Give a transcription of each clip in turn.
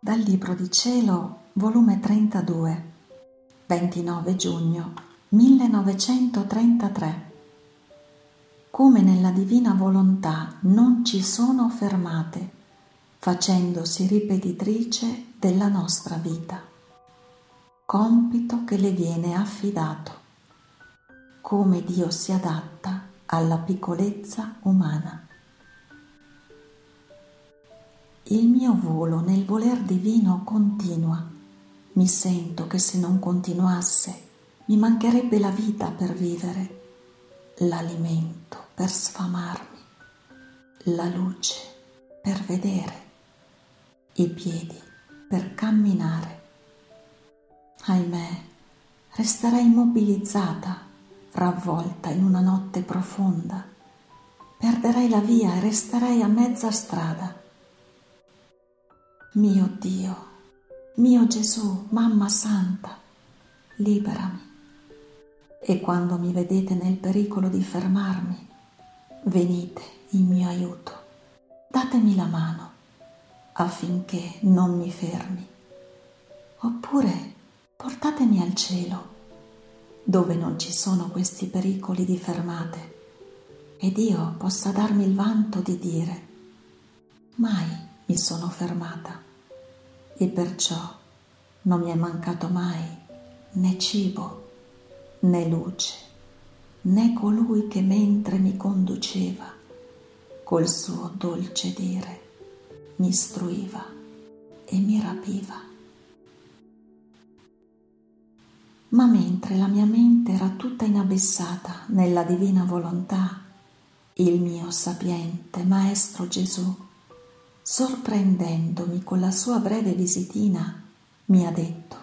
Dal Libro di Cielo, volume 32, 29 giugno 1933. Come nella divina volontà non ci sono fermate, facendosi ripetitrice della nostra vita. Compito che le viene affidato. Come Dio si adatta alla piccolezza umana. Il mio volo nel voler divino continua. Mi sento che se non continuasse mi mancherebbe la vita per vivere, l'alimento per sfamarmi, la luce per vedere, i piedi per camminare. Ahimè, resterei immobilizzata, ravvolta in una notte profonda, perderei la via e resterei a mezza strada. Mio Dio, mio Gesù, Mamma Santa, liberami. E quando mi vedete nel pericolo di fermarmi, venite in mio aiuto, datemi la mano affinché non mi fermi. Oppure portatemi al cielo, dove non ci sono questi pericoli di fermate, ed io possa darmi il vanto di dire: mai mi sono fermata, e perciò non mi è mancato mai né cibo, né luce, né colui che mentre mi conduceva col suo dolce dire mi istruiva e mi rapiva. Ma mentre la mia mente era tutta inabissata nella divina volontà, il mio sapiente Maestro Gesù, sorprendendomi con la sua breve visitina, mi ha detto: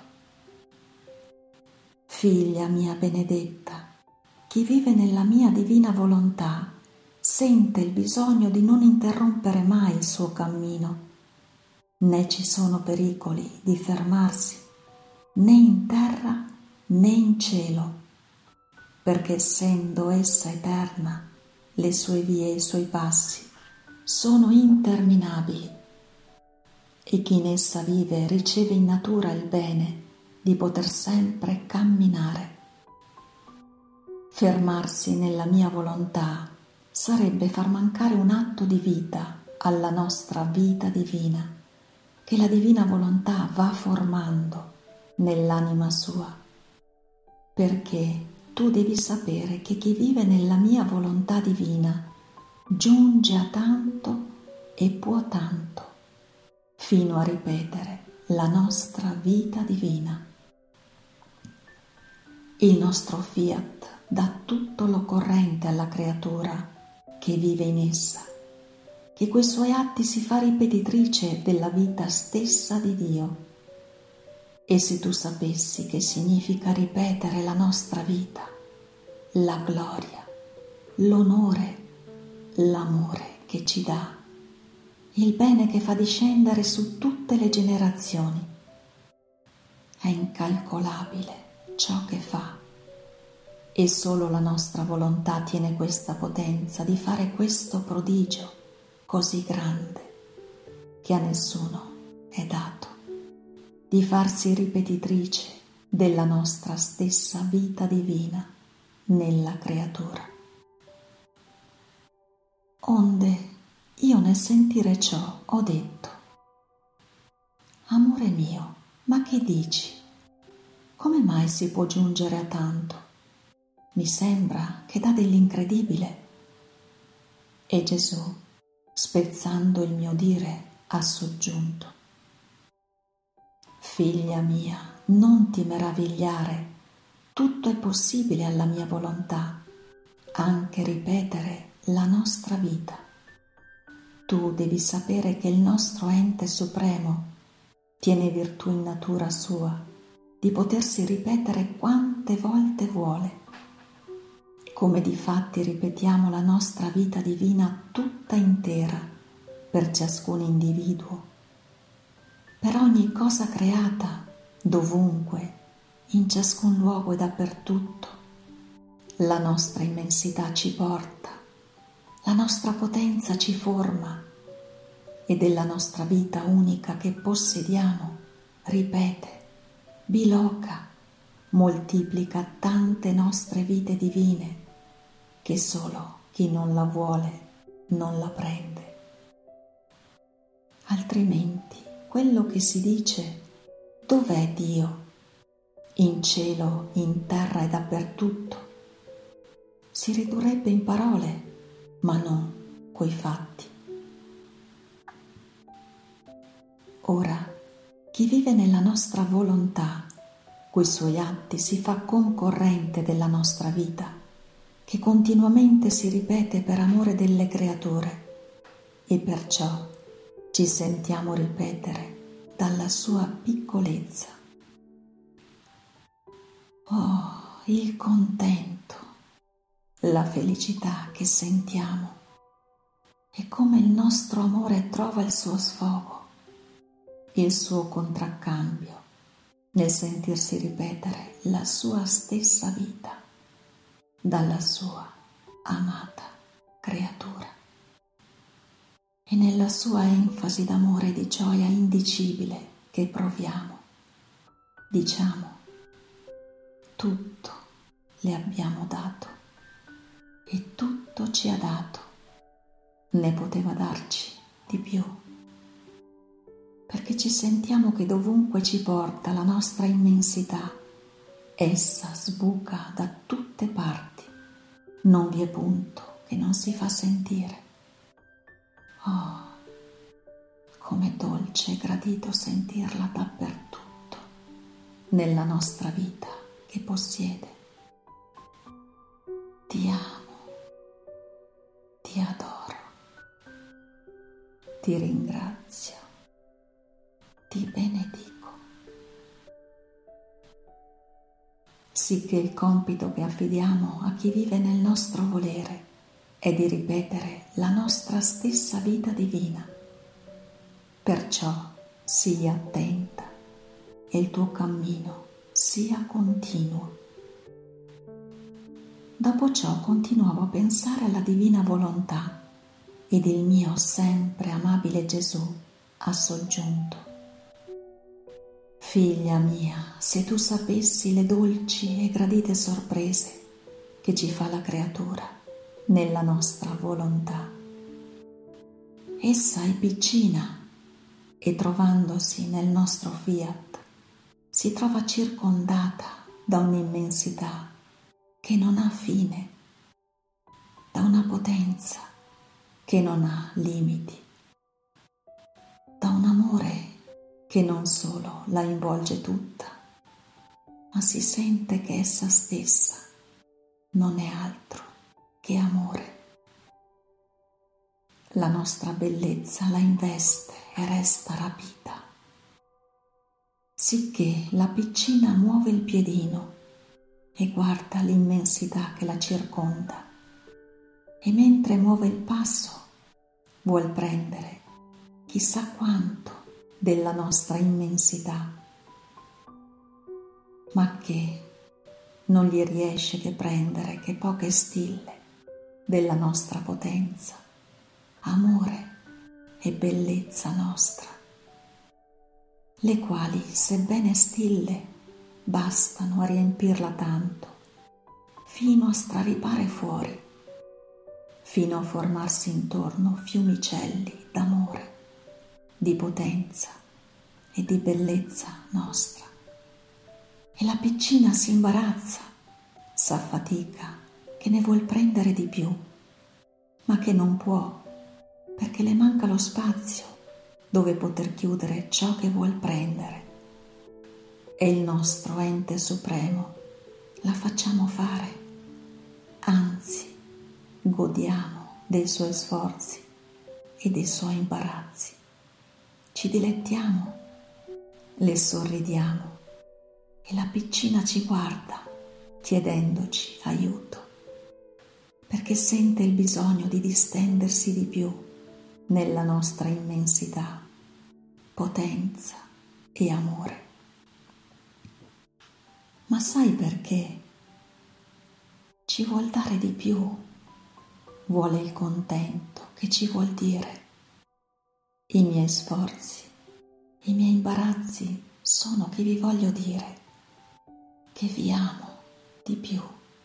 figlia mia benedetta, chi vive nella mia divina volontà sente il bisogno di non interrompere mai il suo cammino, né ci sono pericoli di fermarsi, né in terra né in cielo, perché essendo essa eterna, le sue vie e i suoi passi sono interminabili, e chi in essa vive riceve in natura il bene di poter sempre camminare. Fermarsi nella mia volontà sarebbe far mancare un atto di vita alla nostra vita divina, che la divina volontà va formando nell'anima sua, perché tu devi sapere che chi vive nella mia volontà divina giunge a tanto e può tanto, fino a ripetere la nostra vita divina. Il nostro fiat dà tutto l'occorrente alla creatura che vive in essa, che coi suoi atti si fa ripetitrice della vita stessa di Dio. E se tu sapessi che significa ripetere la nostra vita, la gloria, l'onore, l'amore che ci dà, il bene che fa discendere su tutte le generazioni. È incalcolabile ciò che fa, e solo la nostra volontà tiene questa potenza di fare questo prodigio così grande che a nessuno è dato, di farsi ripetitrice della nostra stessa vita divina nella creatura. Onde io nel sentire ciò ho detto: amore mio, ma che dici? Come mai si può giungere a tanto? Mi sembra che dà dell'incredibile. E Gesù, spezzando il mio dire, ha soggiunto: figlia mia, non ti meravigliare, tutto è possibile alla mia volontà, anche ripetere la nostra vita. Tu devi sapere che il nostro ente supremo tiene virtù in natura sua di potersi ripetere quante volte vuole, come difatti ripetiamo la nostra vita divina tutta intera per ciascun individuo, per ogni cosa creata, dovunque, in ciascun luogo e dappertutto. La nostra immensità ci porta, la nostra potenza ci forma, e della nostra vita unica che possediamo, ripete, biloca, moltiplica tante nostre vite divine che solo chi non la vuole non la prende. Altrimenti quello che si dice dov'è Dio? In cielo, in terra e dappertutto. Si ridurrebbe in parole, ma non coi fatti. Ora, chi vive nella nostra volontà, coi suoi atti si fa concorrente della nostra vita, che continuamente si ripete per amore delle creature, e perciò ci sentiamo ripetere dalla sua piccolezza. Oh, il contento, la felicità che sentiamo e come il nostro amore trova il suo sfogo, il suo contraccambio nel sentirsi ripetere la sua stessa vita dalla sua amata creatura e nella sua enfasi d'amore e di gioia indicibile che proviamo, diciamo: tutto le abbiamo dato e tutto ci ha dato, ne poteva darci di più, perché ci sentiamo che dovunque ci porta la nostra immensità, essa sbuca da tutte parti, non vi è punto che non si fa sentire. Oh, com'è dolce e gradito sentirla dappertutto, nella nostra vita che possiede. Ti amo, ti adoro, ti ringrazio, ti benedico. Sicché il compito che affidiamo a chi vive nel nostro volere è di ripetere la nostra stessa vita divina. Perciò sii attenta e il tuo cammino sia continuo. Dopo ciò continuavo a pensare alla divina volontà ed il mio sempre amabile Gesù ha soggiunto: figlia mia, se tu sapessi le dolci e gradite sorprese che ci fa la creatura nella nostra volontà. Essa è piccina e trovandosi nel nostro fiat si trova circondata da un'immensità che non ha fine, da una potenza che non ha limiti, da un amore che non solo la involge tutta, ma si sente che essa stessa non è altro che amore. La nostra bellezza la investe e resta rapita, sicché la piccina muove il piedino e guarda l'immensità che la circonda, e mentre muove il passo vuol prendere chissà quanto della nostra immensità, ma che non gli riesce che prendere che poche stille della nostra potenza, amore e bellezza nostra, le quali, sebbene stille, bastano a riempirla tanto, fino a straripare fuori, fino a formarsi intorno fiumicelli d'amore, di potenza e di bellezza nostra. E la piccina si imbarazza, s'affatica, che ne vuol prendere di più, ma che non può, perché le manca lo spazio dove poter chiudere ciò che vuol prendere. E il nostro ente supremo la facciamo fare, anzi godiamo dei suoi sforzi e dei suoi imbarazzi, ci dilettiamo, le sorridiamo e la piccina ci guarda chiedendoci aiuto, perché sente il bisogno di distendersi di più nella nostra immensità, potenza e amore. Ma sai perché? Ci vuol dare di più, vuole il contento che ci vuol dire: I miei sforzi, i miei imbarazzi sono che vi voglio dire che vi amo di più.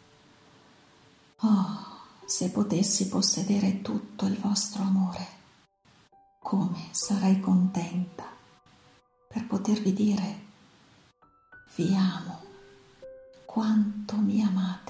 Oh, se potessi possedere tutto il vostro amore, come sarei contenta per potervi dire vi amo, quanto mi amate.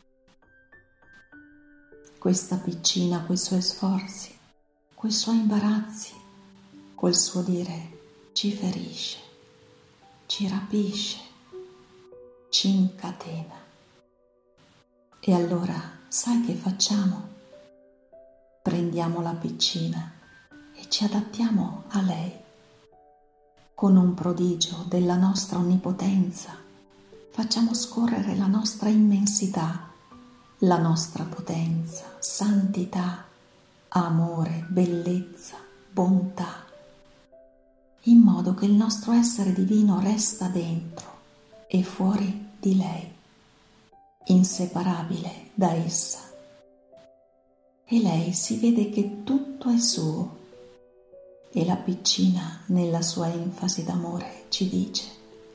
Questa piccina coi suoi sforzi, coi suoi imbarazzi, col suo dire ci ferisce, ci rapisce, ci incatena. E allora sai che facciamo? Prendiamo la piccina e ci adattiamo a lei. Con un prodigio della nostra onnipotenza facciamo scorrere la nostra immensità, la nostra potenza, santità, amore, bellezza, bontà, in modo che il nostro essere divino resta dentro e fuori di lei, inseparabile da essa. E lei si vede che tutto è suo. E la piccina, nella sua enfasi d'amore, ci dice: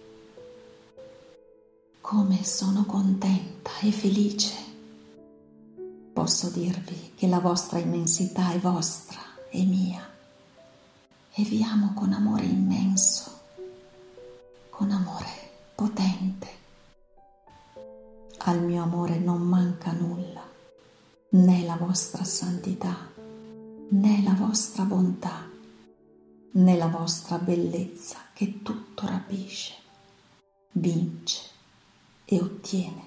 come sono contenta e felice. Posso dirvi che la vostra immensità è vostra e mia, e vi amo con amore immenso, con amore potente. Al mio amore non manca nulla, né la vostra santità, né la vostra bontà, né la vostra bellezza che tutto rapisce, vince e ottiene.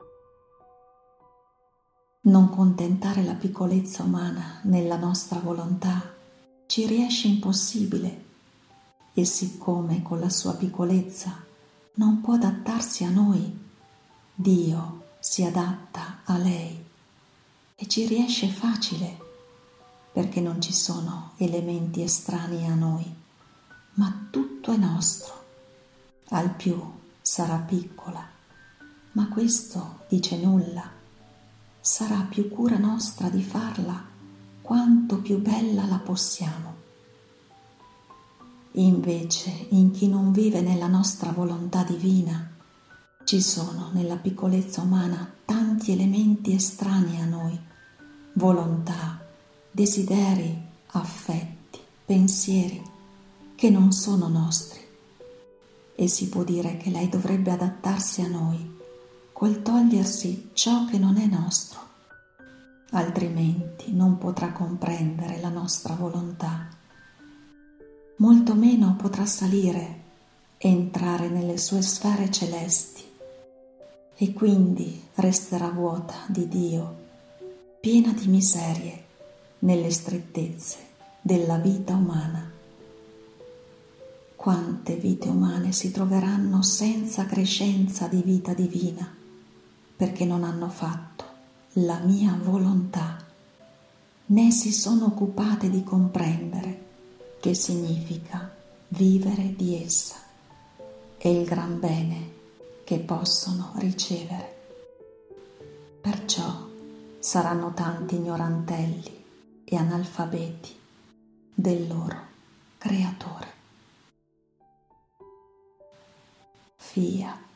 Non contentare la piccolezza umana nella nostra volontà ci riesce impossibile, e siccome con la sua piccolezza non può adattarsi a noi, Dio si adatta a lei e ci riesce facile, perché non ci sono elementi estranei a noi, ma tutto è nostro. Al più sarà piccola, ma questo dice nulla. Sarà più cura nostra di farla quanto più bella la possiamo. Invece, in chi non vive nella nostra volontà divina, ci sono nella piccolezza umana tanti elementi estranei a noi, volontà, desideri, affetti, pensieri, che non sono nostri. E si può dire che lei dovrebbe adattarsi a noi, col togliersi ciò che non è nostro, altrimenti non potrà comprendere la nostra volontà, molto meno potrà salire, entrare nelle sue sfere celesti, e quindi resterà vuota di Dio, piena di miserie nelle strettezze della vita umana. Quante vite umane si troveranno senza crescenza di vita divina, perché non hanno fatto la mia volontà, né si sono occupate di comprendere che significa vivere di essa e il gran bene che possono ricevere. Perciò saranno tanti ignorantelli e analfabeti del loro Creatore. Fiat.